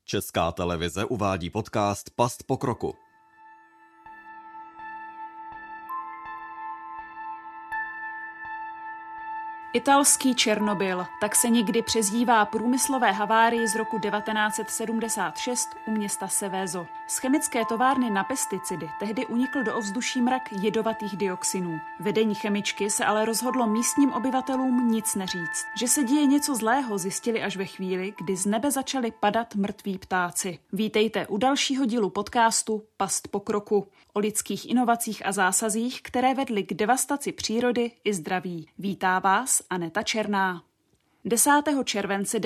Česká televize uvádí podcast Past pokroku. Italský Černobyl, tak se někdy přezdívá průmyslové havárii z roku 1976 u města Seveso. Z chemické továrny na pesticidy tehdy unikl do ovzduší mrak jedovatých dioxinů. Vedení chemičky se ale rozhodlo místním obyvatelům nic neříct. Že se děje něco zlého, zjistili až ve chvíli, kdy z nebe začali padat mrtví ptáci. Vítejte u dalšího dílu podcastu Past pokroku o lidských inovacích a zásazích, které vedly k devastaci přírody i zdraví. Vítá vás Aneta Černá. 10. července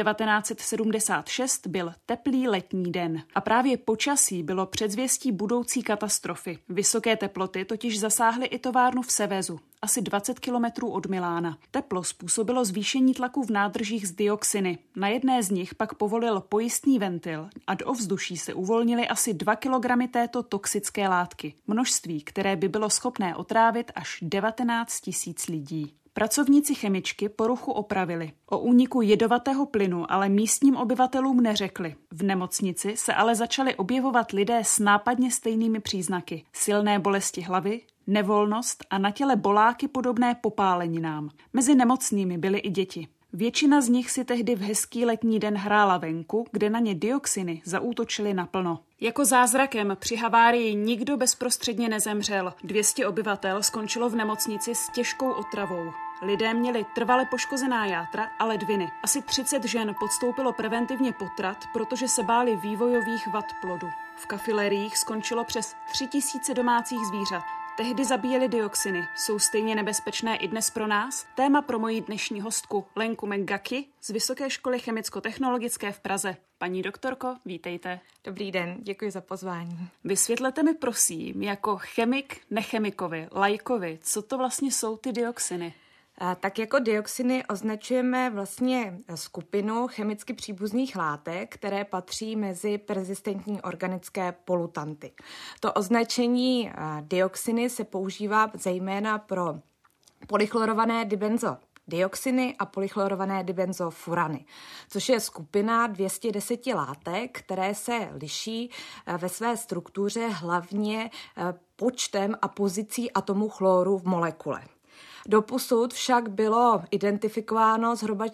1976 byl teplý letní den a právě počasí bylo předzvěstí budoucí katastrofy. Vysoké teploty totiž zasáhly i továrnu v Sevesu, asi 20 kilometrů od Milána. Teplo způsobilo zvýšení tlaku v nádržích z dioxiny. Na jedné z nich pak povolil pojistný ventil a do ovzduší se uvolnily asi 2 kilogramy této toxické látky. Množství, které by bylo schopné otrávit až 19 000 lidí. Pracovníci chemičky poruchu opravili. O úniku jedovatého plynu ale místním obyvatelům neřekli. V nemocnici se ale začali objevovat lidé s nápadně stejnými příznaky. Silné bolesti hlavy, nevolnost a na těle boláky podobné popáleninám. Mezi nemocnými byly i děti. Většina z nich si tehdy v hezký letní den hrála venku, kde na ně dioxiny zaútočily naplno. Jako zázrakem při havárii nikdo bezprostředně nezemřel. 200 obyvatel skončilo v nemocnici s těžkou otravou. Lidé měli trvale poškozená játra a ledviny. Asi 30 žen podstoupilo preventivně potrat, protože se báli vývojových vad plodu. V kafileriích skončilo přes 3000 domácích zvířat. Tehdy zabíjeli dioxiny. Jsou stejně nebezpečné i dnes pro nás? Téma pro moji dnešní hostku Lenku McGucky z Vysoké školy chemicko-technologické v Praze. Paní doktorko, vítejte. Dobrý den, děkuji za pozvání. Vysvětlete mi prosím, jako chemik nechemikovi, laikovi, co to vlastně jsou ty dioxiny? Tak jako dioxiny označujeme vlastně skupinu chemicky příbuzných látek, které patří mezi perzistentní organické polutanty. To označení dioxiny se používá zejména pro polychlorované dibenzodioxiny a polychlorované dibenzofurany, což je skupina 210 látek, které se liší ve své struktuře hlavně počtem a pozicí atomu chloru v molekule. Doposud však bylo identifikováno zhruba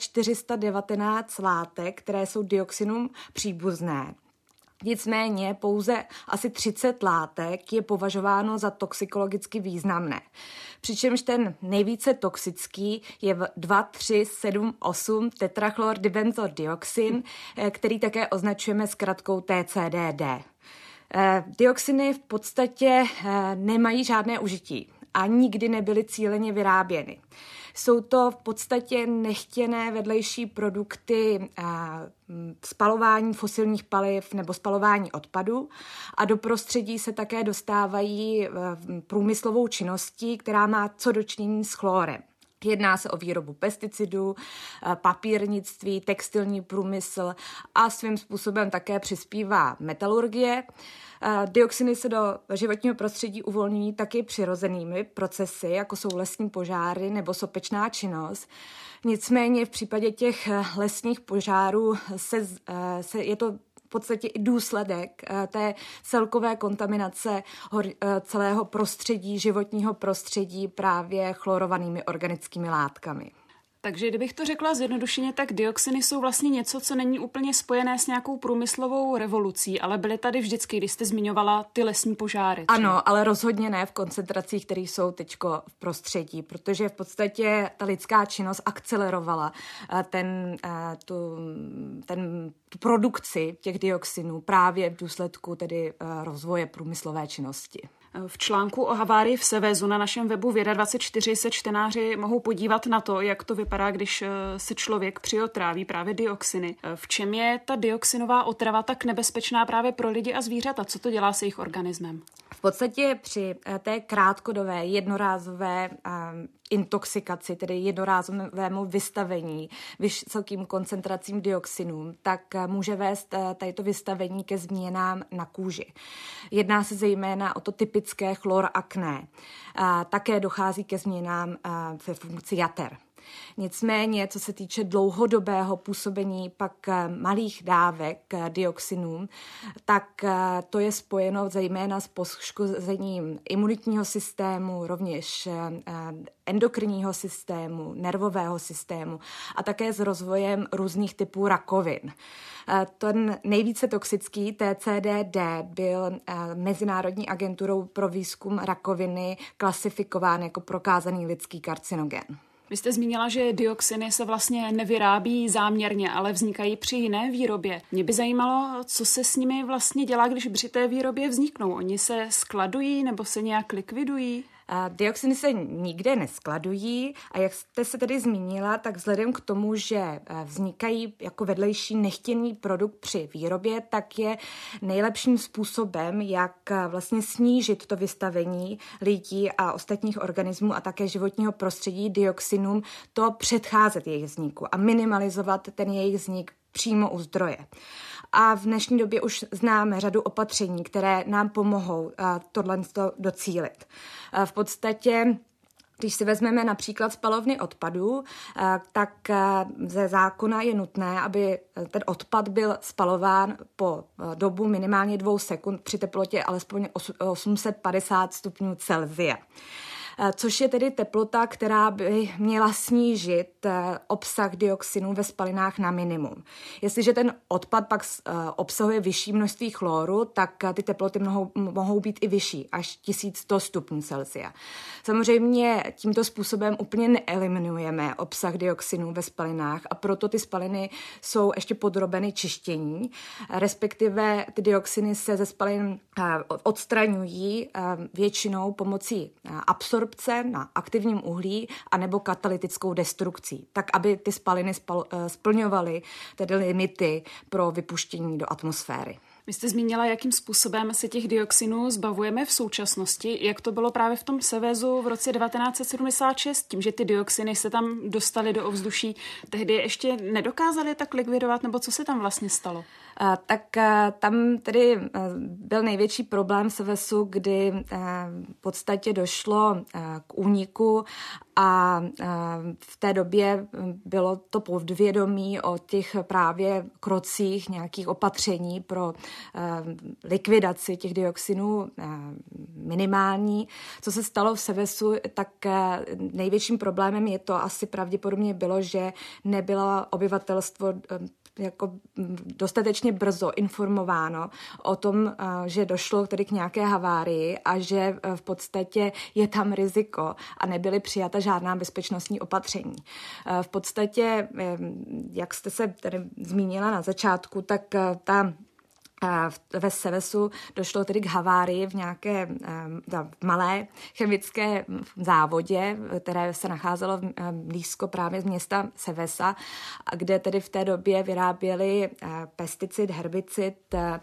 419 látek, které jsou dioxinům příbuzné. Nicméně pouze asi 30 látek je považováno za toxikologicky významné. Přičemž ten nejvíce toxický je 2,3,7,8 tetrachlordibenzodioxin, který také označujeme zkratkou TCDD. Dioxiny v podstatě nemají žádné užití a nikdy nebyly cíleně vyráběny. Jsou to v podstatě nechtěné vedlejší produkty spalování fosilních paliv nebo spalování odpadu a do prostředí se také dostávají průmyslovou činností, která má co dočinění s chlórem. Jedná se o výrobu pesticidů, papírnictví, textilní průmysl a svým způsobem také přispívá metalurgie. Dioxiny se do životního prostředí uvolňují taky přirozenými procesy, jako jsou lesní požáry nebo sopečná činnost. Nicméně v případě těch lesních požárů je to v podstatě i důsledek té celkové kontaminace celého prostředí, životního prostředí právě chlorovanými organickými látkami. Takže kdybych to řekla zjednodušeně, tak dioxiny jsou vlastně něco, co není úplně spojené s nějakou průmyslovou revolucí, ale byly tady vždycky, když jste zmiňovala ty lesní požáry. Ano, ale rozhodně ne v koncentracích, které jsou teďko v prostředí, protože v podstatě ta lidská činnost akcelerovala tu produkci těch dioxinů právě v důsledku tedy rozvoje průmyslové činnosti. V článku o havárii v Sevesu na našem webu Věda24 se čtenáři mohou podívat na to, jak to vypadá, když se člověk přiotráví právě dioxiny. V čem je ta dioxinová otrava tak nebezpečná právě pro lidi a zvířata? Co to dělá se jejich organismem? V podstatě při té krátkodobé jednorázové intoxikaci, tedy jednorázovému vystavení vysokým koncentracím dioxinů, tak může vést tato vystavení ke změnám na kůži. Jedná se zejména o to typické chlorakné. Také dochází ke změnám ve funkci jater. Nicméně, co se týče dlouhodobého působení pak malých dávek dioxinů, tak to je spojeno zejména s poškozením imunitního systému, rovněž endokrinního systému, nervového systému a také s rozvojem různých typů rakovin. Ten nejvíce toxický TCDD byl Mezinárodní agenturou pro výzkum rakoviny klasifikován jako prokázaný lidský karcinogen. Vy jste zmínila, že dioxiny se vlastně nevyrábí záměrně, ale vznikají při jiné výrobě. Mě by zajímalo, co se s nimi vlastně dělá, když při té výrobě vzniknou. Oni se skladují nebo se nějak likvidují? Dioxiny se nikde neskladují a jak jste se tedy zmínila, tak vzhledem k tomu, že vznikají jako vedlejší nechtěný produkt při výrobě, tak je nejlepším způsobem, jak vlastně snížit to vystavení lidí a ostatních organismů a také životního prostředí dioxinům, to předcházet jejich vzniku a minimalizovat ten jejich vznik přímo u zdroje. A v dnešní době už známe řadu opatření, které nám pomohou tohle docílit. V podstatě, když si vezmeme například spalovny odpadů, tak ze zákona je nutné, aby ten odpad byl spalován po dobu minimálně 2 sekund při teplotě alespoň 850 stupňů Celsia. Což je tedy teplota, která by měla snížit obsah dioxinů ve spalinách na minimum. Jestliže ten odpad pak obsahuje vyšší množství chloru, tak ty teploty mohou být i vyšší, až 1100 stupňů Celsia. Samozřejmě tímto způsobem úplně neeliminujeme obsah dioxinů ve spalinách a proto ty spaliny jsou ještě podrobeny čištění, respektive ty dioxiny se ze spalin odstraňují většinou pomocí absorpce na aktivním uhlí anebo katalytickou destrukcí, tak aby ty spaliny splňovaly tedy limity pro vypuštění do atmosféry. Vy jste zmínila, jakým způsobem se těch dioxinů zbavujeme v současnosti, jak to bylo právě v tom Sevezu v roce 1976, tím, že ty dioxiny se tam dostaly do ovzduší, tehdy ještě nedokázali tak likvidovat, nebo co se tam vlastně stalo? Tak tam tedy byl největší problém v Sevezu, kdy v podstatě došlo k úniku a v té době bylo to podvědomí o těch právě krocích nějakých opatření pro likvidaci těch dioxinů minimální. Co se stalo v Sevezu, tak největším problémem je to asi pravděpodobně bylo, že nebylo obyvatelstvo jako dostatečně brzo informováno o tom, že došlo tedy k nějaké havárii a že v podstatě je tam riziko a nebyly přijata žádná bezpečnostní opatření. V podstatě, jak jste se tedy zmínila na začátku, tak ve Sevezu došlo tedy k havárii v nějaké malé chemické závodě, které se nacházelo blízko právě z města Sevesa, kde tedy v té době vyráběli pesticid, herbicid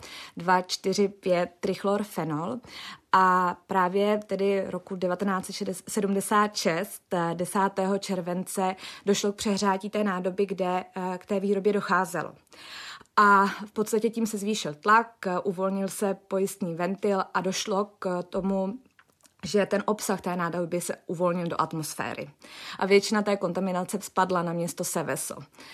2,4,5-trichlorfenol. A právě tedy roku 1976, 10. července, došlo k přehřátí té nádoby, kde k té výrobě docházelo. A v podstatě tím se zvýšil tlak, uvolnil se pojistný ventil a došlo k tomu, že ten obsah té nádoby se uvolnil do atmosféry. A většina té kontaminace spadla na město Seveso.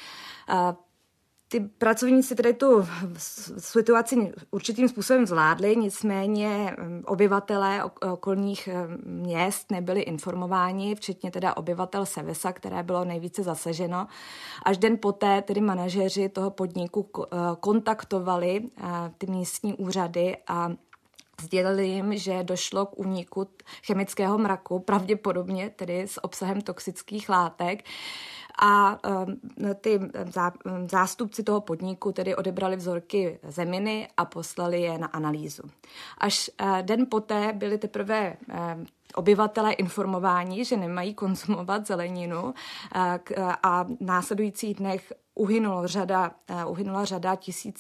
Ty pracovníci tedy tu situaci určitým způsobem zvládli, nicméně obyvatelé okolních měst nebyli informováni, včetně teda obyvatel Sevesa, které bylo nejvíce zasaženo. Až den poté tedy manažeři toho podniku kontaktovali ty místní úřady a sdělili jim, že došlo k úniku chemického mraku, pravděpodobně tedy s obsahem toxických látek. A ty zástupci toho podniku tedy odebrali vzorky zeminy a poslali je na analýzu. Až den poté byli teprve obyvatelé informováni, že nemají konzumovat zeleninu a v následujících dnech uhynula řada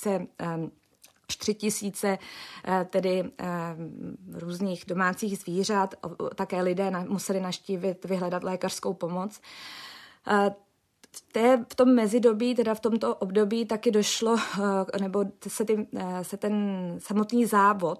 4 000 tedy různých domácích zvířat. Také lidé museli navštívit, vyhledat lékařskou pomoc. V tom mezidobí, teda v tomto období taky došlo, nebo se ten samotný závod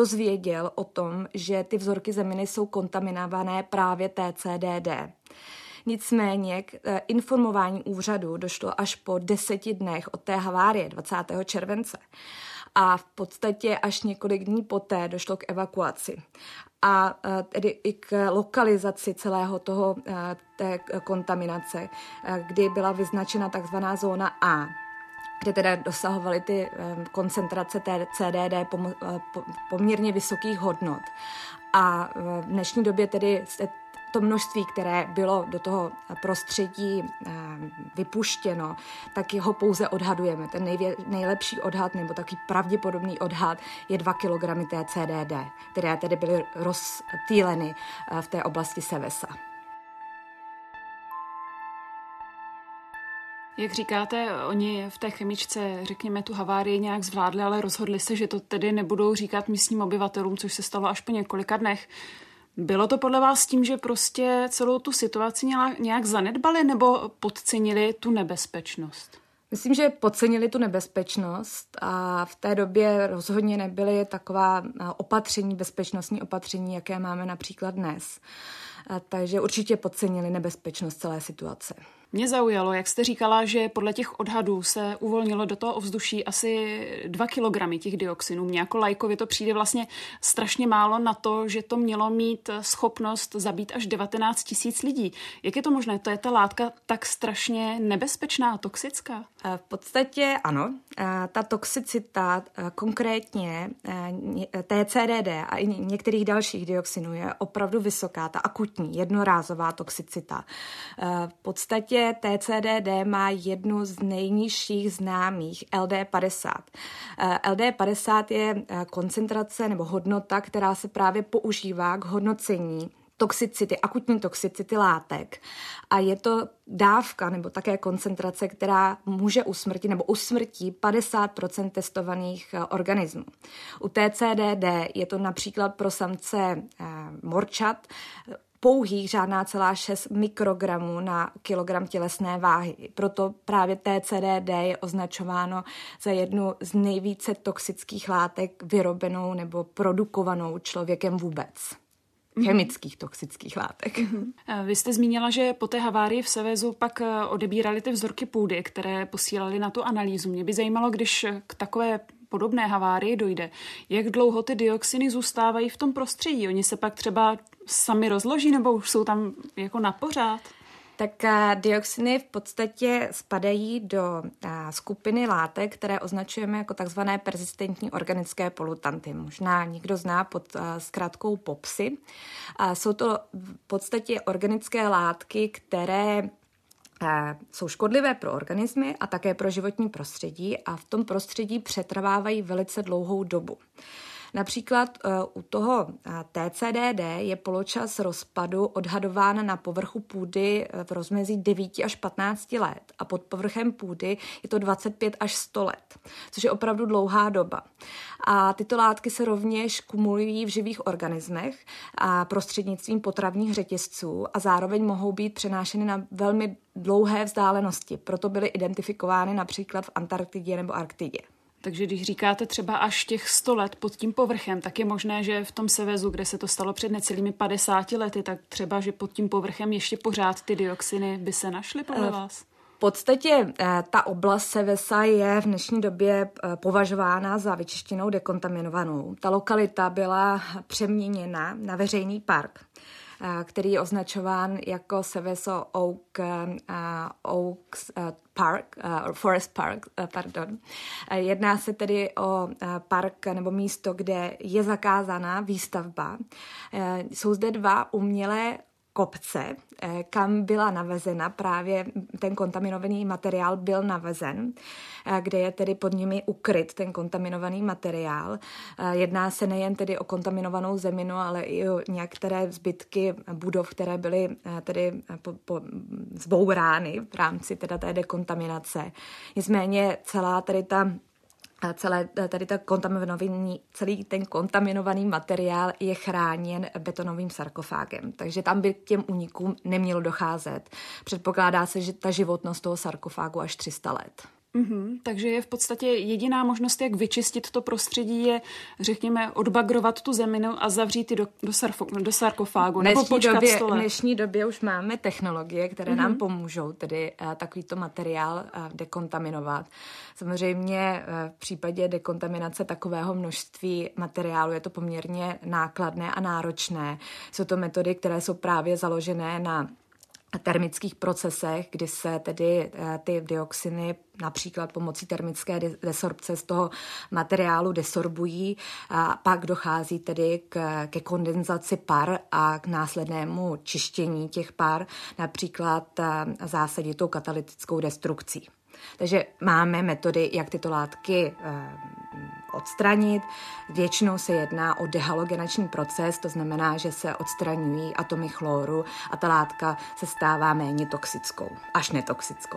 dozvěděl o tom, že ty vzorky zeminy jsou kontaminované právě TCDD. Nicméně k informování úřadu došlo až po 10 dnech od té havárie 20. července. A v podstatě až několik dní poté došlo k evakuaci. A tedy i k lokalizaci celého té kontaminace, kdy byla vyznačena takzvaná zóna A, kde teda dosahovaly ty koncentrace té CDD poměrně vysokých hodnot. A v dnešní době tedy to množství, které bylo do toho prostředí vypuštěno, tak ho pouze odhadujeme. Ten nejlepší odhad, nebo takový pravděpodobný odhad, je 2 kilogramy té CDD, které tedy byly rozptýleny v té oblasti Sevesa. Jak říkáte, oni v té chemičce, řekněme, tu havárii nějak zvládli, ale rozhodli se, že to tedy nebudou říkat místním obyvatelům, což se stalo až po několika dnech. Bylo to podle vás tím, že prostě celou tu situaci nějak zanedbali nebo podcenili tu nebezpečnost? Myslím, že podcenili tu nebezpečnost a v té době rozhodně nebyly taková bezpečnostní opatření, jaké máme například dnes. Takže určitě podcenili nebezpečnost celé situace. Mě zaujalo, jak jste říkala, že podle těch odhadů se uvolnilo do toho ovzduší asi 2 kilogramy těch dioxinů. Mně jako laikovi to přijde vlastně strašně málo na to, že to mělo mít schopnost zabít až 19 000 lidí. Jak je to možné? To je ta látka tak strašně nebezpečná a toxická? V podstatě ano. Ta toxicita konkrétně TCDD a i některých dalších dioxinů je opravdu vysoká, ta akutní, jednorázová toxicita. V podstatě TCDD má jednu z nejnižších známých LD50. LD50 je koncentrace nebo hodnota, která se právě používá k hodnocení toxicity, akutní toxicity látek. A je to dávka nebo také koncentrace, která může usmrtit nebo usmrtí 50% testovaných organismů. U TCDD je to například pro samce morčat pouhých žádná celá 6 mikrogramů na kilogram tělesné váhy. Proto právě TCDD je označováno za jednu z nejvíce toxických látek vyrobenou nebo produkovanou člověkem vůbec. Chemických toxických látek. Vy jste zmínila, že po té havárii v Sevezu pak odebírali ty vzorky půdy, které posílali na tu analýzu. Mě by zajímalo, když k takové podobné havárii dojde, jak dlouho ty dioxiny zůstávají v tom prostředí. Oni se pak třeba sami rozloží nebo už jsou tam jako na pořád? Tak dioxiny v podstatě spadají do skupiny látek, které označujeme jako takzvané persistentní organické polutanty. Možná někdo zná pod zkratkou POPSy. Jsou to v podstatě organické látky, které jsou škodlivé pro organismy a také pro životní prostředí a v tom prostředí přetrvávají velice dlouhou dobu. Například u toho TCDD je poločas rozpadu odhadován na povrchu půdy v rozmezí 9 až 15 let a pod povrchem půdy je to 25 až 100 let, což je opravdu dlouhá doba. A tyto látky se rovněž kumulují v živých organismech a prostřednictvím potravních řetězců a zároveň mohou být přenášeny na velmi dlouhé vzdálenosti. Proto byly identifikovány například v Antarktidě nebo Arktidě. Takže když říkáte třeba až těch 100 let pod tím povrchem, tak je možné, že v tom Sevezu, kde se to stalo před necelými 50 lety, tak třeba, že pod tím povrchem ještě pořád ty dioxiny by se našly podle vás? V podstatě ta oblast Sevesa je v dnešní době považována za vyčištěnou dekontaminovanou. Ta lokalita byla přeměněna na veřejný park, který je označován jako Seveso Oaks Park, Forest Park, pardon. Jedná se tedy o park nebo místo, kde je zakázaná výstavba. Jsou zde 2 umělé kopce, kam byla navezena právě ten kontaminovaný materiál byl navezen, kde je tedy pod nimi ukryt ten kontaminovaný materiál. Jedná se nejen tedy o kontaminovanou zeminu, ale i o některé zbytky budov, které byly tedy zbourány v rámci teda té dekontaminace. Nicméně celý ten kontaminovaný materiál je chráněn betonovým sarkofágem, takže tam by k těm únikům nemělo docházet. Předpokládá se, že ta životnost toho sarkofágu až 300 let. Takže je v podstatě jediná možnost, jak vyčistit to prostředí, je, řekněme, odbagrovat tu zeminu a zavřít ji do sarkofágu nebo počkat v stole. V dnešní době už máme technologie, které nám pomůžou tedy takovýto materiál dekontaminovat. Samozřejmě v případě dekontaminace takového množství materiálu je to poměrně nákladné a náročné. Jsou to metody, které jsou právě založené na termických procesech, kdy se tedy ty dioxiny například pomocí termické desorpce z toho materiálu desorbují a pak dochází tedy ke kondenzaci par a k následnému čištění těch par, například zásaditou katalytickou destrukcí. Takže máme metody, jak tyto látky odstranit. Většinou se jedná o dehalogenační proces, to znamená, že se odstraňují atomy chloru a ta látka se stává méně toxickou, až netoxickou.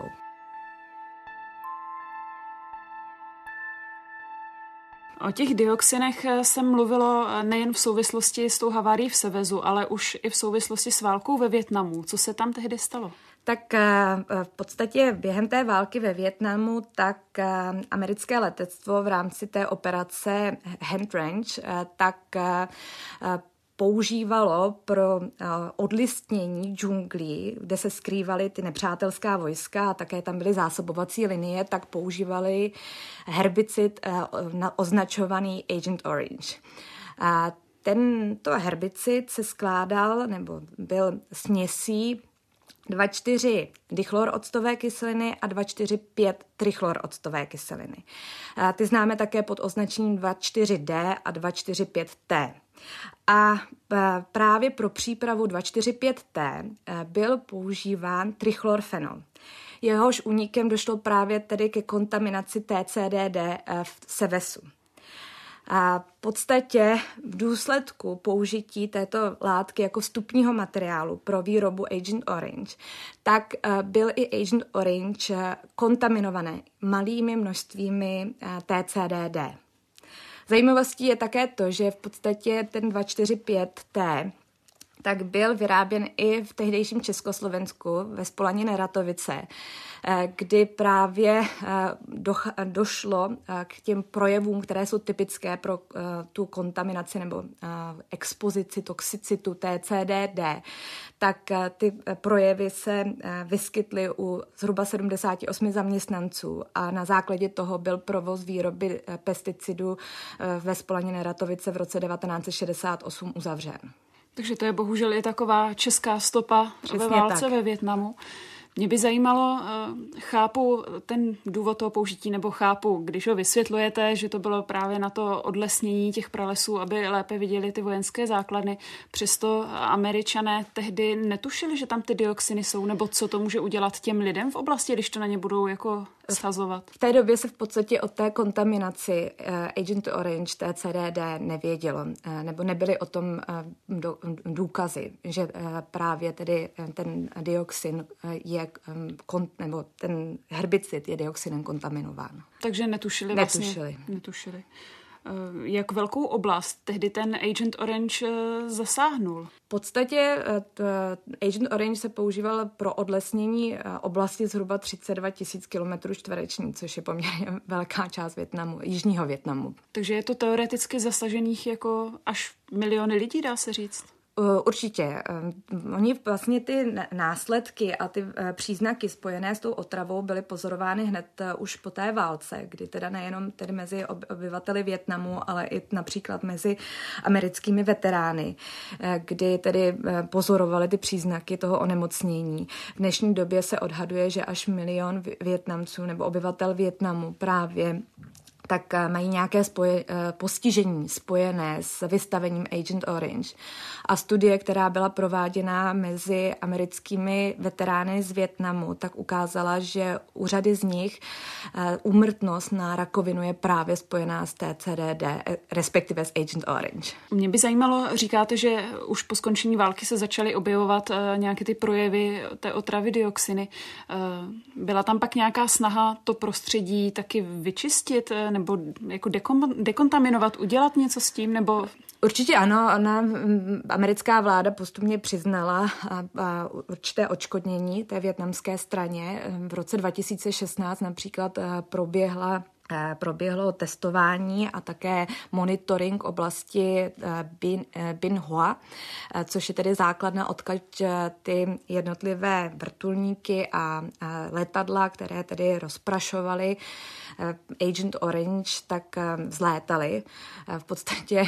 O těch dioxinech se mluvilo nejen v souvislosti s tou havárií v Sevezu, ale už i v souvislosti s válkou ve Vietnamu. Co se tam tehdy stalo? Tak v podstatě během té války ve Vietnamu tak americké letectvo v rámci té operace Hand Range tak používalo pro odlistnění džunglí, kde se skrývaly ty nepřátelská vojska a také tam byly zásobovací linie, tak používali herbicid označovaný Agent Orange. Tento herbicid se skládal nebo byl směsí 2,4 dichloroctové kyseliny a 2,4,5 trichloroctové kyseliny. Ty známe také pod označením 2,4D a 2,4,5T. A právě pro přípravu 2,4,5T byl používán trichlorfenol. Jehož únikem došlo právě tedy ke kontaminaci TCDD v Sevezu. A v podstatě v důsledku použití této látky jako vstupního materiálu pro výrobu Agent Orange, tak byl i Agent Orange kontaminovaný malými množstvími TCDD. Zajímavostí je také to, že v podstatě ten 2,4,5T tak byl vyráběn i v tehdejším Československu ve Spolaně Neratovice, kdy právě došlo k těm projevům, které jsou typické pro tu kontaminaci nebo expozici, toxicitu TCDD, tak ty projevy se vyskytly u zhruba 78 zaměstnanců a na základě toho byl provoz výroby pesticidů ve Spolaně Neratovice v roce 1968 uzavřen. Takže to je bohužel i taková česká stopa ve válce tak. Ve Vietnamu. Mě by zajímalo, chápu ten důvod toho použití, nebo chápu, když ho vysvětlujete, že to bylo právě na to odlesnění těch pralesů, aby lépe viděli ty vojenské základny. Přesto Američané tehdy netušili, že tam ty dioxiny jsou, nebo co to může udělat těm lidem v oblasti, když to na ně budou jako schazovat. V té době se v podstatě o té kontaminaci Agent Orange TCDD nevědělo, nebo nebyly o tom důkazy, že právě tedy ten dioxin je, nebo ten herbicid je dioxinem kontaminován. Takže netušili. Jak velkou oblast tehdy ten Agent Orange zasáhnul? V podstatě Agent Orange se používal pro odlesnění oblasti zhruba 32 000 km čtverečních, což je poměrně velká část Vietnamu, jižního Vietnamu. Takže je to teoreticky zasažených jako až miliony lidí, dá se říct? Určitě. Oni vlastně ty následky a ty příznaky spojené s tou otravou byly pozorovány hned už po té válce, kdy teda nejenom tedy mezi obyvateli Vietnamu, ale i například mezi americkými veterány, kdy tedy pozorovali ty příznaky toho onemocnění. V dnešní době se odhaduje, že až 1 milion Vietnamců nebo obyvatel Vietnamu právě tak mají nějaké postižení spojené s vystavením Agent Orange. A studie, která byla prováděna mezi americkými veterány z Vietnamu, tak ukázala, že u řady z nich úmrtnost na rakovinu je právě spojená s TCDD, respektive s Agent Orange. Mě by zajímalo, říkáte, že už po skončení války se začaly objevovat nějaké ty projevy té otravy dioxiny. Byla tam pak nějaká snaha to prostředí taky vyčistit, nebo jako dekontaminovat, udělat něco s tím, nebo... Určitě ano, americká vláda postupně přiznala určité odškodnění té vietnamské straně. V roce 2016 například proběhlo testování a také monitoring oblasti Binh Hoa, což je tedy základna, odkud ty jednotlivé vrtulníky a letadla, které tedy rozprašovaly Agent Orange, tak vzlétaly. V podstatě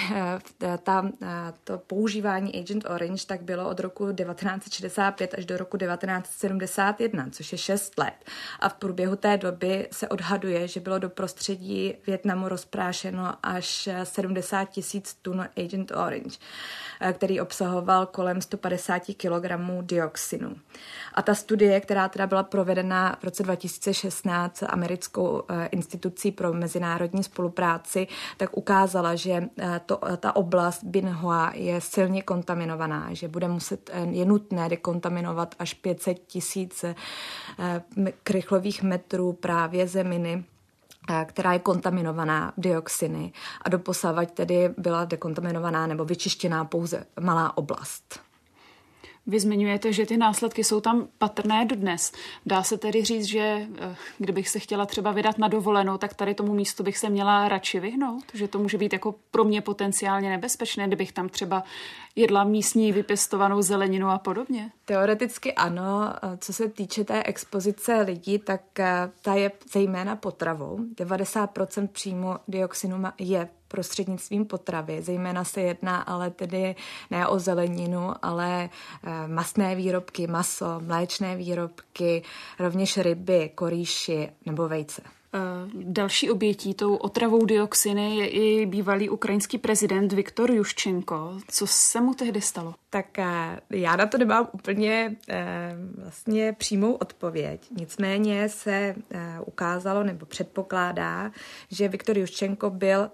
to používání Agent Orange tak bylo od roku 1965 až do roku 1971, což je 6 let. A v průběhu té doby se odhaduje, že bylo do prostředí Vietnamu rozprášeno až 70 000 tun Agent Orange, který obsahoval kolem 150 kg dioxinu. A ta studie, která teda byla provedena v roce 2016 americkou institucí pro mezinárodní spolupráci, tak ukázala, že ta oblast Binh Hoa je silně kontaminovaná, že je nutné dekontaminovat až 500 000 krychlových metrů právě zeminy, která je kontaminovaná dioxiny, a doposavad tedy byla dekontaminovaná nebo vyčištěná pouze malá oblast. Vy zmiňujete, že ty následky jsou tam patrné dodnes. Dá se tedy říct, že kdybych se chtěla třeba vydat na dovolenou, tak tady tomu místu bych se měla radši vyhnout? Že to může být jako pro mě potenciálně nebezpečné, kdybych tam třeba jedla místní vypěstovanou zeleninu a podobně? Teoreticky ano. Co se týče té expozice lidí, tak ta je zejména potravou. 90% příjmu dioxinu je prostřednictvím potravy. Zejména se jedná ale tedy ne o zeleninu, ale mastné výrobky, maso, mléčné výrobky, rovněž ryby, korýši nebo vejce. Další obětí tou otravou dioxiny je i bývalý ukrajinský prezident Viktor Juščenko. Co se mu tehdy stalo? Tak já na to nemám úplně vlastně přímou odpověď. Nicméně se ukázalo nebo předpokládá, že Viktor Juščenko byl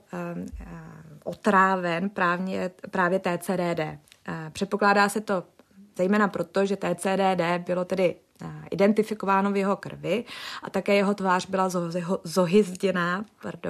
otráven právě TCDD. Předpokládá se to zejména proto, že TCDD bylo tedy identifikováno v jeho krvi a také jeho tvář byla zohyzděná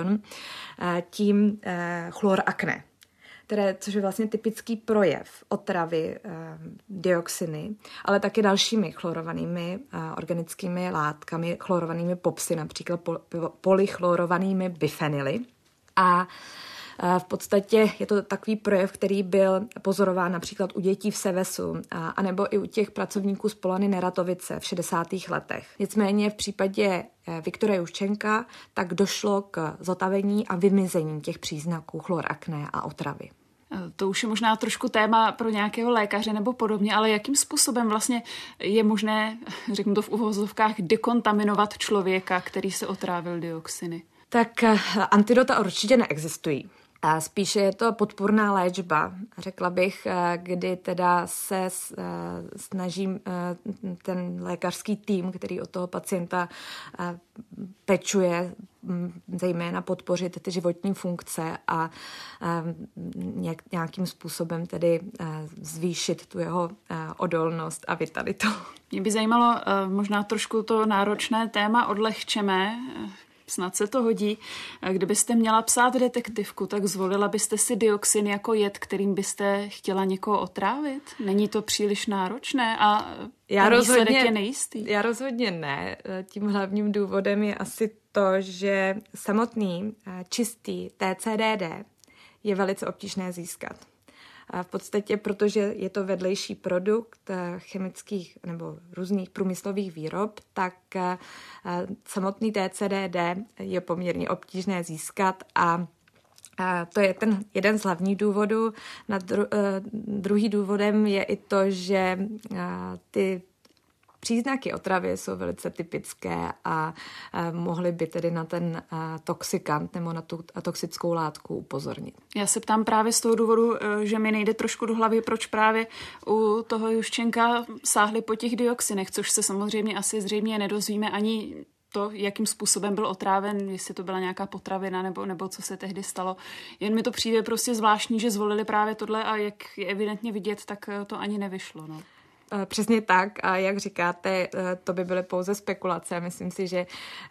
tím chlorakné, což je vlastně typický projev otravy dioxiny, ale taky dalšími chlorovanými organickými látkami, chlorovanými popsy, například polychlorovanými bifenyly. A v podstatě je to takový projev, který byl pozorován například u dětí v Sevesu anebo i u těch pracovníků z Polany Neratovice v 60. letech. Nicméně v případě Viktora Juščenka tak došlo k zotavení a vymizení těch příznaků chlorakné a otravy. To už je možná trošku téma pro nějakého lékaře nebo podobně, ale jakým způsobem vlastně je možné, řeknu to v uvozovkách, dekontaminovat člověka, který se otrávil dioxiny? Tak antidota určitě neexistují. A spíše je to podpůrná léčba, řekla bych, kdy teda se snažím ten lékařský tým, který od toho pacienta pečuje, zejména podpořit ty životní funkce a nějakým způsobem tedy zvýšit tu jeho odolnost a vitalitu. Mě by zajímalo možná trošku to náročné téma odlehčeme. Snad se to hodí. Kdybyste měla psát detektivku, tak zvolila byste si dioxin jako jed, kterým byste chtěla někoho otrávit? Není to příliš náročné a výsledek je nejistý? Já rozhodně ne. Tím hlavním důvodem je asi to, že samotný čistý TCDD je velice obtížné získat. V podstatě, protože je to vedlejší produkt chemických nebo různých průmyslových výrob, tak samotný TCDD je poměrně obtížné získat a to je ten jeden z hlavních důvodů. Druhý důvodem je i to, že ty příznaky otravy jsou velice typické a mohly by tedy na ten toxikant nebo na tu toxickou látku upozornit. Já se ptám právě z toho důvodu, že mi nejde trošku do hlavy, proč právě u toho Juščenka sáhli po těch dioxinech, což se samozřejmě asi zřejmě nedozvíme ani to, jakým způsobem byl otráven, jestli to byla nějaká potravina nebo co se tehdy stalo. Jen mi to přijde prostě zvláštní, že zvolili právě tohle a jak je evidentně vidět, tak to ani nevyšlo. No. Přesně tak. A jak říkáte, to by byly pouze spekulace. Myslím si, že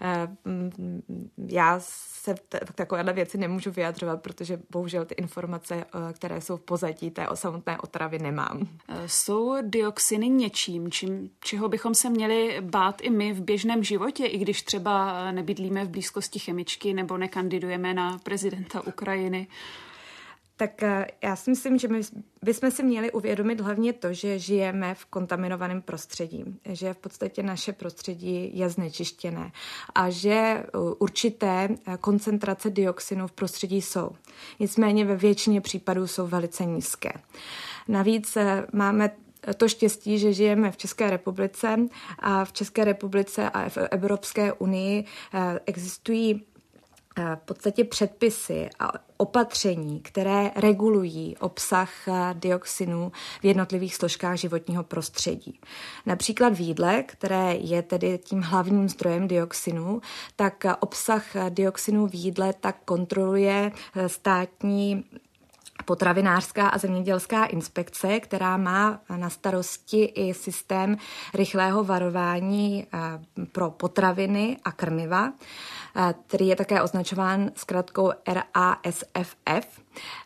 já se v takovéhle věci nemůžu vyjadřovat, protože bohužel ty informace, které jsou v pozadí té samotné otravy, nemám. Jsou dioxiny něčím, čeho bychom se měli bát i my v běžném životě, i když třeba nebydlíme v blízkosti chemičky nebo nekandidujeme na prezidenta Ukrajiny? Tak já si myslím, že my bychom si měli uvědomit hlavně to, že žijeme v kontaminovaném prostředí, že v podstatě naše prostředí je znečištěné a že určité koncentrace dioxinu v prostředí jsou. Nicméně ve většině případů jsou velice nízké. Navíc máme to štěstí, že žijeme v České republice a v České republice a v Evropské unii existují v podstatě předpisy a opatření, které regulují obsah dioxinů v jednotlivých složkách životního prostředí. Například v jídle, které je tedy tím hlavním zdrojem dioxinů, tak obsah dioxinů v jídle tak kontroluje státní potravinářská a zemědělská inspekce, která má na starosti i systém rychlého varování pro potraviny a krmiva, který je také označován zkratkou RASFF,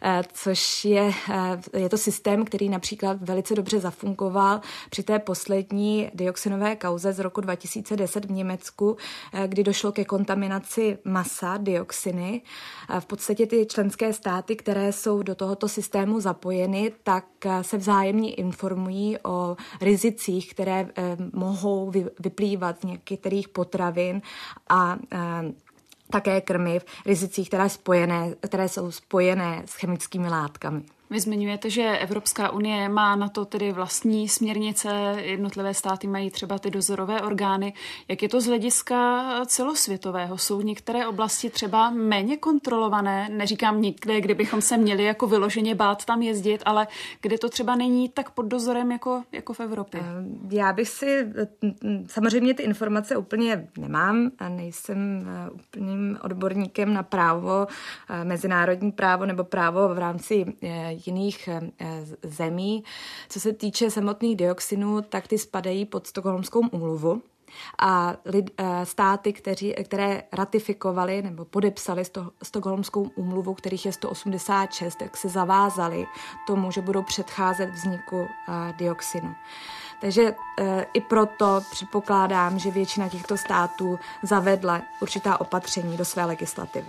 což je to systém, který například velice dobře zafungoval při té poslední dioxinové kauze z roku 2010 v Německu, kdy došlo ke kontaminaci masa dioxiny. V podstatě ty členské státy, které jsou do tohoto systému zapojeny, tak se vzájemně informují o rizicích, které mohou vyplývat z některých potravin a také krmiv, rizicích, které jsou spojené s chemickými látkami. Vy zmiňujete, že Evropská unie má na to tedy vlastní směrnice, jednotlivé státy mají třeba ty dozorové orgány. Jak je to z hlediska celosvětového? Jsou některé oblasti třeba méně kontrolované? Neříkám nikde, kde bychom se měli jako vyloženě bát tam jezdit, ale kde to třeba není tak pod dozorem jako v Evropě? Já bych samozřejmě ty informace úplně nemám a nejsem úplným odborníkem na právo, mezinárodní právo nebo právo v rámci jiných zemí. Co se týče samotných dioxinů, tak ty spadají pod Stockholmskou úmluvu a státy, které ratifikovaly nebo podepsaly Stockholmskou úmluvu, kterých je 186, tak se zavázaly tomu, že budou předcházet vzniku dioxinu. Takže i proto předpokládám, že většina těchto států zavedla určitá opatření do své legislativy.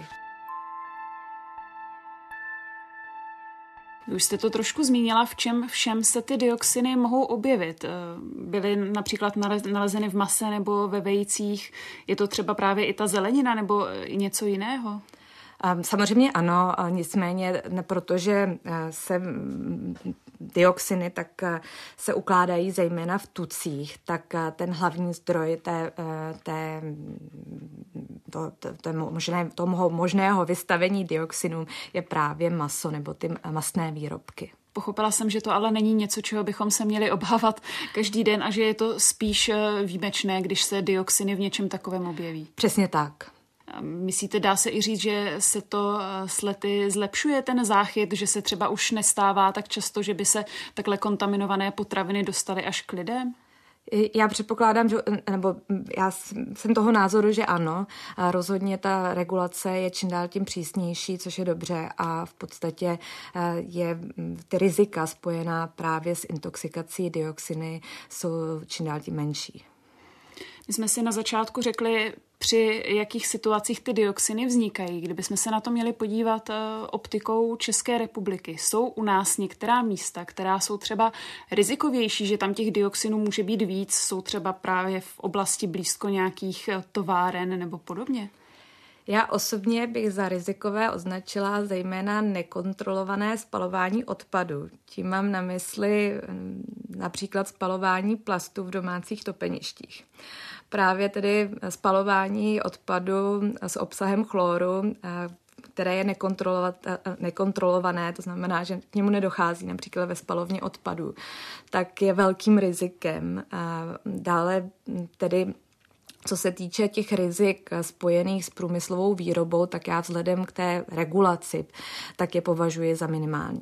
Už jste to trošku zmínila, v čem všem se ty dioxiny mohou objevit. Byly například nalezeny v mase nebo ve vejcích. Je to třeba právě i ta zelenina nebo něco jiného? Samozřejmě ano, nicméně protože se dioxiny tak se ukládají zejména v tucích, tak ten hlavní zdroj toho možného vystavení dioxinům je právě maso nebo ty mastné výrobky. Pochopila jsem, že to ale není něco, čeho bychom se měli obávat každý den a že je to spíš výjimečné, když se dioxiny v něčem takovém objeví. Přesně tak. Myslíte, dá se i říct, že se to s lety zlepšuje ten záchyt, že se třeba už nestává tak často, že by se takhle kontaminované potraviny dostaly až k lidem? Já předpokládám, nebo já jsem toho názoru, že ano. Rozhodně ta regulace je čím dál tím přísnější, což je dobře a v podstatě je ty rizika spojená právě s intoxikací dioxiny jsou čím dál tím menší. My jsme si na začátku řekli, při jakých situacích ty dioxiny vznikají. Kdybychom se na to měli podívat optikou České republiky, jsou u nás některá místa, která jsou třeba rizikovější, že tam těch dioxinů může být víc, jsou třeba právě v oblasti blízko nějakých továren nebo podobně? Já osobně bych za rizikové označila zejména nekontrolované spalování odpadu. Tím mám na mysli například spalování plastu v domácích topeništích. Právě tedy spalování odpadu s obsahem chloru, které je nekontrolované, to znamená, že k němu nedochází například ve spalovně odpadu, tak je velkým rizikem. Dále tedy co se týče těch rizik spojených s průmyslovou výrobou, tak já vzhledem k té regulaci, tak je považuji za minimální.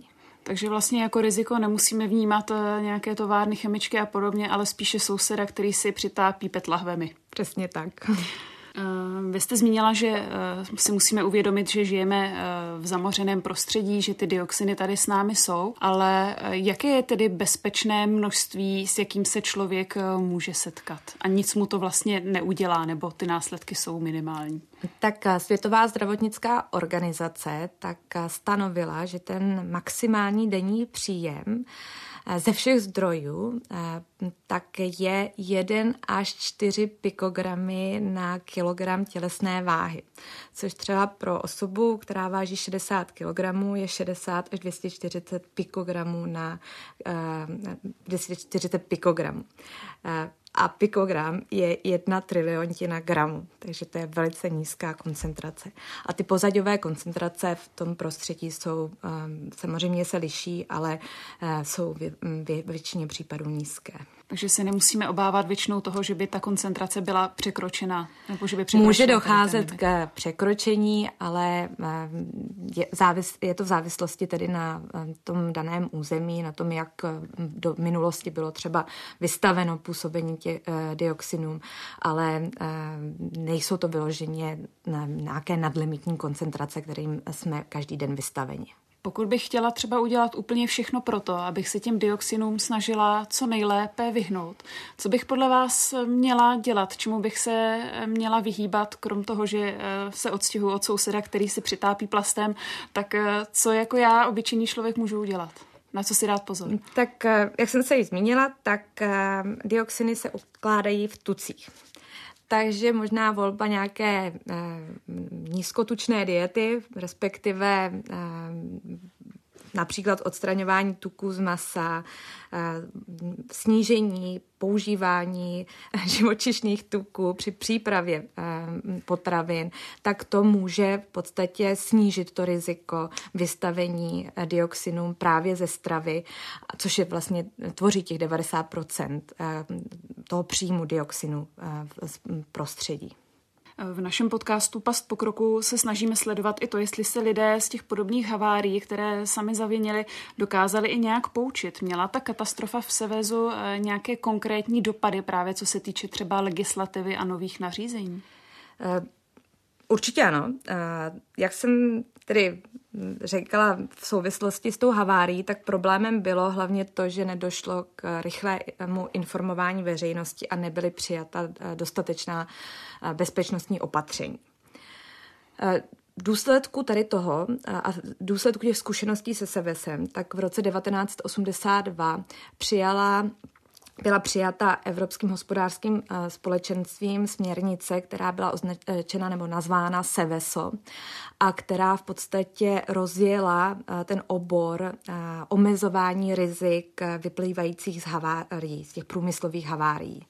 Takže vlastně jako riziko nemusíme vnímat nějaké továrny, chemičky a podobně, ale spíše souseda, který si přitápí PET lahvemi. Přesně tak. Vy jste zmínila, že si musíme uvědomit, že žijeme v zamořeném prostředí, že ty dioxiny tady s námi jsou, ale jaké je tedy bezpečné množství, s jakým se člověk může setkat? A nic mu to vlastně neudělá, nebo ty následky jsou minimální? Tak Světová zdravotnická organizace tak stanovila, že ten maximální denní příjem ze všech zdrojů tak je 1 až 4 pikogramy na kilogram tělesné váhy, což třeba pro osobu, která váží 60 kg, je 60 až 240 pikogramů na 240 pikogramů. A pikogram je 1 triliontina gramu, takže to je velice nízká koncentrace. A ty pozaďové koncentrace v tom prostředí jsou, samozřejmě se liší, ale jsou v většině případů nízké. Takže se nemusíme obávat většinou toho, že by ta koncentrace byla překročena, nebo že by překročila. Může docházet k překročení, ale je to v závislosti tedy na tom daném území, na tom, jak do minulosti bylo třeba vystaveno působení těch dioxinům, ale nejsou to vyloženě nějaké nadlimitní koncentrace, kterým jsme každý den vystaveni. Pokud bych chtěla třeba udělat úplně všechno pro to, abych se těm dioxinům snažila co nejlépe vyhnout, co bych podle vás měla dělat, čemu bych se měla vyhýbat, krom toho, že se odstěhuji od souseda, který si přitápí plastem, tak co jako já, obyčejný člověk, můžu udělat? Na co si dát pozor? Tak, jak jsem se již zmínila, tak dioxiny se ukládají v tucích. Takže možná volba nějaké nízkotučné diety, respektive například odstraňování tuků z masa, snížení používání živočišných tuků při přípravě potravin, tak to může v podstatě snížit to riziko vystavení dioxinům právě ze stravy, což je vlastně tvoří těch 90% toho příjmu dioxinu v prostředí. V našem podcastu Past pokroku se snažíme sledovat i to, jestli se lidé z těch podobných havárií, které sami zavinili, dokázali i nějak poučit. Měla ta katastrofa v Sevezu nějaké konkrétní dopady právě co se týče třeba legislativy a nových nařízení? Určitě ano. Jak jsem tedy řekla v souvislosti s tou havárií, tak problémem bylo hlavně to, že nedošlo k rychlému informování veřejnosti a nebyly přijata dostatečná bezpečnostní opatření. V důsledku tady toho a v důsledku těch zkušeností se Sevesem, tak v roce 1982 byla přijata Evropským hospodářským společenstvím směrnice, která byla označena nebo nazvána Seveso a která v podstatě rozjela ten obor omezování rizik vyplývajících z havárií, z těch průmyslových havárií.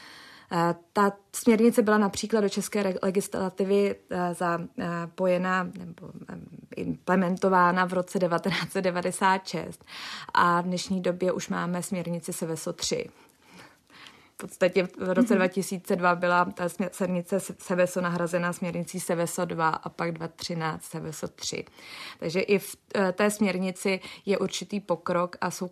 Ta směrnice byla například do české legislativy zapojena nebo implementována v roce 1996 a v dnešní době už máme směrnici Seveso 3. V podstatě v roce 2002 byla ta směrnice Seveso nahrazena směrnicí Seveso 2 a pak 2013 Seveso 3. Takže i v té směrnici je určitý pokrok a jsou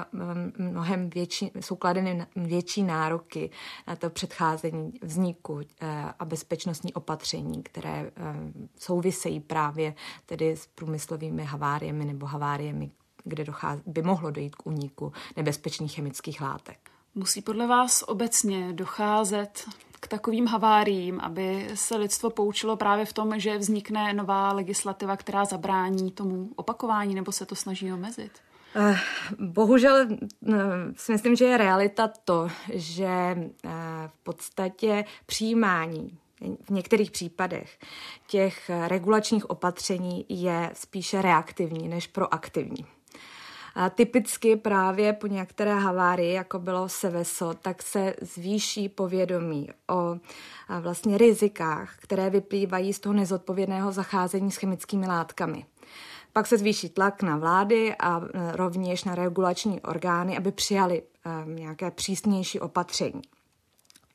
kladeny větší nároky na to předcházení vzniku a bezpečnostní opatření, které souvisejí právě tedy s průmyslovými haváriemi nebo haváriemi, kde by mohlo dojít k úniku nebezpečných chemických látek. Musí podle vás obecně docházet k takovým haváriím, aby se lidstvo poučilo právě v tom, že vznikne nová legislativa, která zabrání tomu opakování, nebo se to snaží omezit? Bohužel si myslím, že je realita to, že v podstatě přijímání v některých případech těch regulačních opatření je spíše reaktivní než proaktivní. A typicky právě po některé havárii, jako bylo Seveso, tak se zvýší povědomí o vlastně rizikách, které vyplývají z toho nezodpovědného zacházení s chemickými látkami. Pak se zvýší tlak na vlády a rovněž na regulační orgány, aby přijali nějaké přísnější opatření.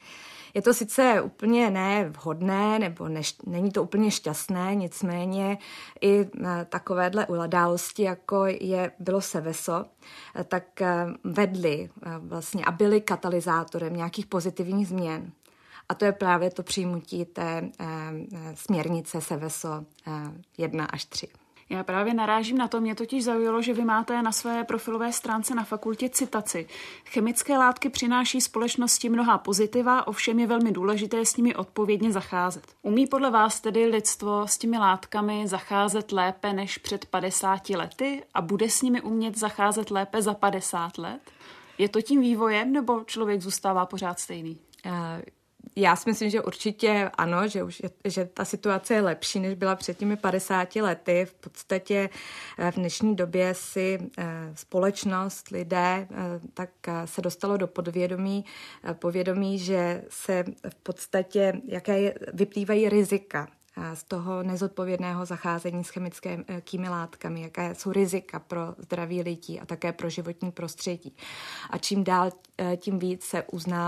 Je to sice úplně nevhodné, nebo není to úplně šťastné, nicméně i takovéhle události, jako bylo Seveso, tak vedly vlastně a byly katalyzátorem nějakých pozitivních změn. A to je právě to přijmutí té směrnice Seveso 1 až 3. Já právě narážím na to, mě totiž zaujalo, že vy máte na své profilové stránce na fakultě citaci. Chemické látky přináší společnosti mnohá pozitiva, ovšem je velmi důležité s nimi odpovědně zacházet. Umí podle vás tedy lidstvo s těmi látkami zacházet lépe než před 50 lety a bude s nimi umět zacházet lépe za 50 let? Je to tím vývojem, nebo člověk zůstává pořád stejný? Já si myslím, že určitě ano, že ta situace je lepší, než byla před těmi 50 lety. V podstatě v dnešní době si společnost, lidé, tak se dostalo do povědomí, že se v podstatě, vyplývají rizika z toho nezodpovědného zacházení s chemickými látkami, jaké jsou rizika pro zdraví lidí a také pro životní prostředí. A čím dál, tím víc se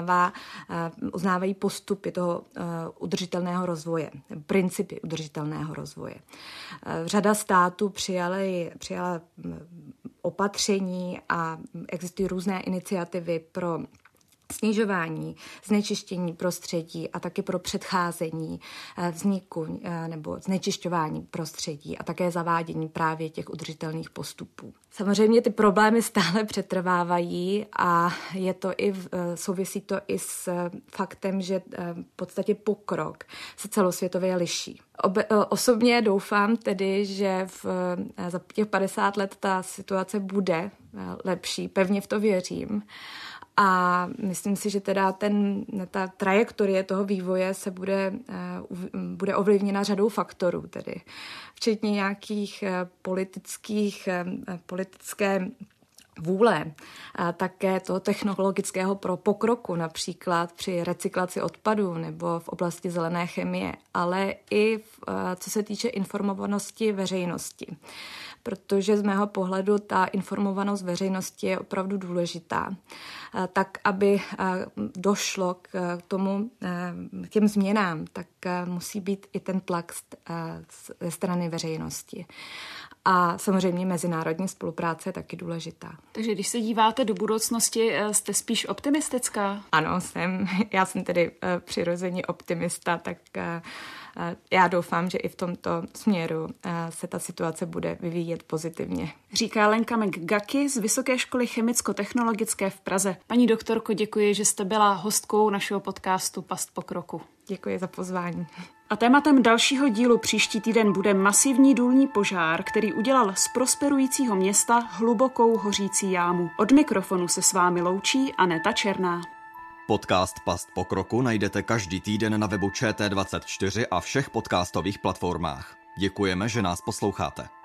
uznávají postupy toho udržitelného rozvoje, principy udržitelného rozvoje. Řada států přijala opatření a existují různé iniciativy pro snižování znečištění prostředí a také pro předcházení vzniku nebo znečišťování prostředí a také zavádění právě těch udržitelných postupů. Samozřejmě ty problémy stále přetrvávají a souvisí to i s faktem, že v podstatě pokrok se celosvětově liší. Osobně doufám tedy, že za těch 50 let ta situace bude lepší, pevně v to věřím. A myslím si, že teda ta trajektorie toho vývoje se bude ovlivněna řadou faktorů, tedy včetně nějakých politické vůle, a také toho technologického pokroku, například při recyklaci odpadů nebo v oblasti zelené chemie, ale i co se týče informovanosti veřejnosti. Protože z mého pohledu ta informovanost veřejnosti je opravdu důležitá, tak aby došlo k těm změnám, tak musí být i ten tlak ze strany veřejnosti. A samozřejmě mezinárodní spolupráce je taky důležitá. Takže když se díváte do budoucnosti, jste spíš optimistická? Ano, jsem. Já jsem tedy přirozeně optimista, tak já doufám, že i v tomto směru se ta situace bude vyvíjet pozitivně. Říká Lenka McGucky z Vysoké školy chemicko-technologické v Praze. Paní doktorko, děkuji, že jste byla hostkou našeho podcastu Past pokroku. Děkuji za pozvání. A tématem dalšího dílu příští týden bude masivní důlní požár, který udělal z prosperujícího města hlubokou hořící jámu. Od mikrofonu se s vámi loučí Aneta Černá. Podcast Past pokroku najdete každý týden na webu ČT24 a všech podcastových platformách. Děkujeme, že nás posloucháte.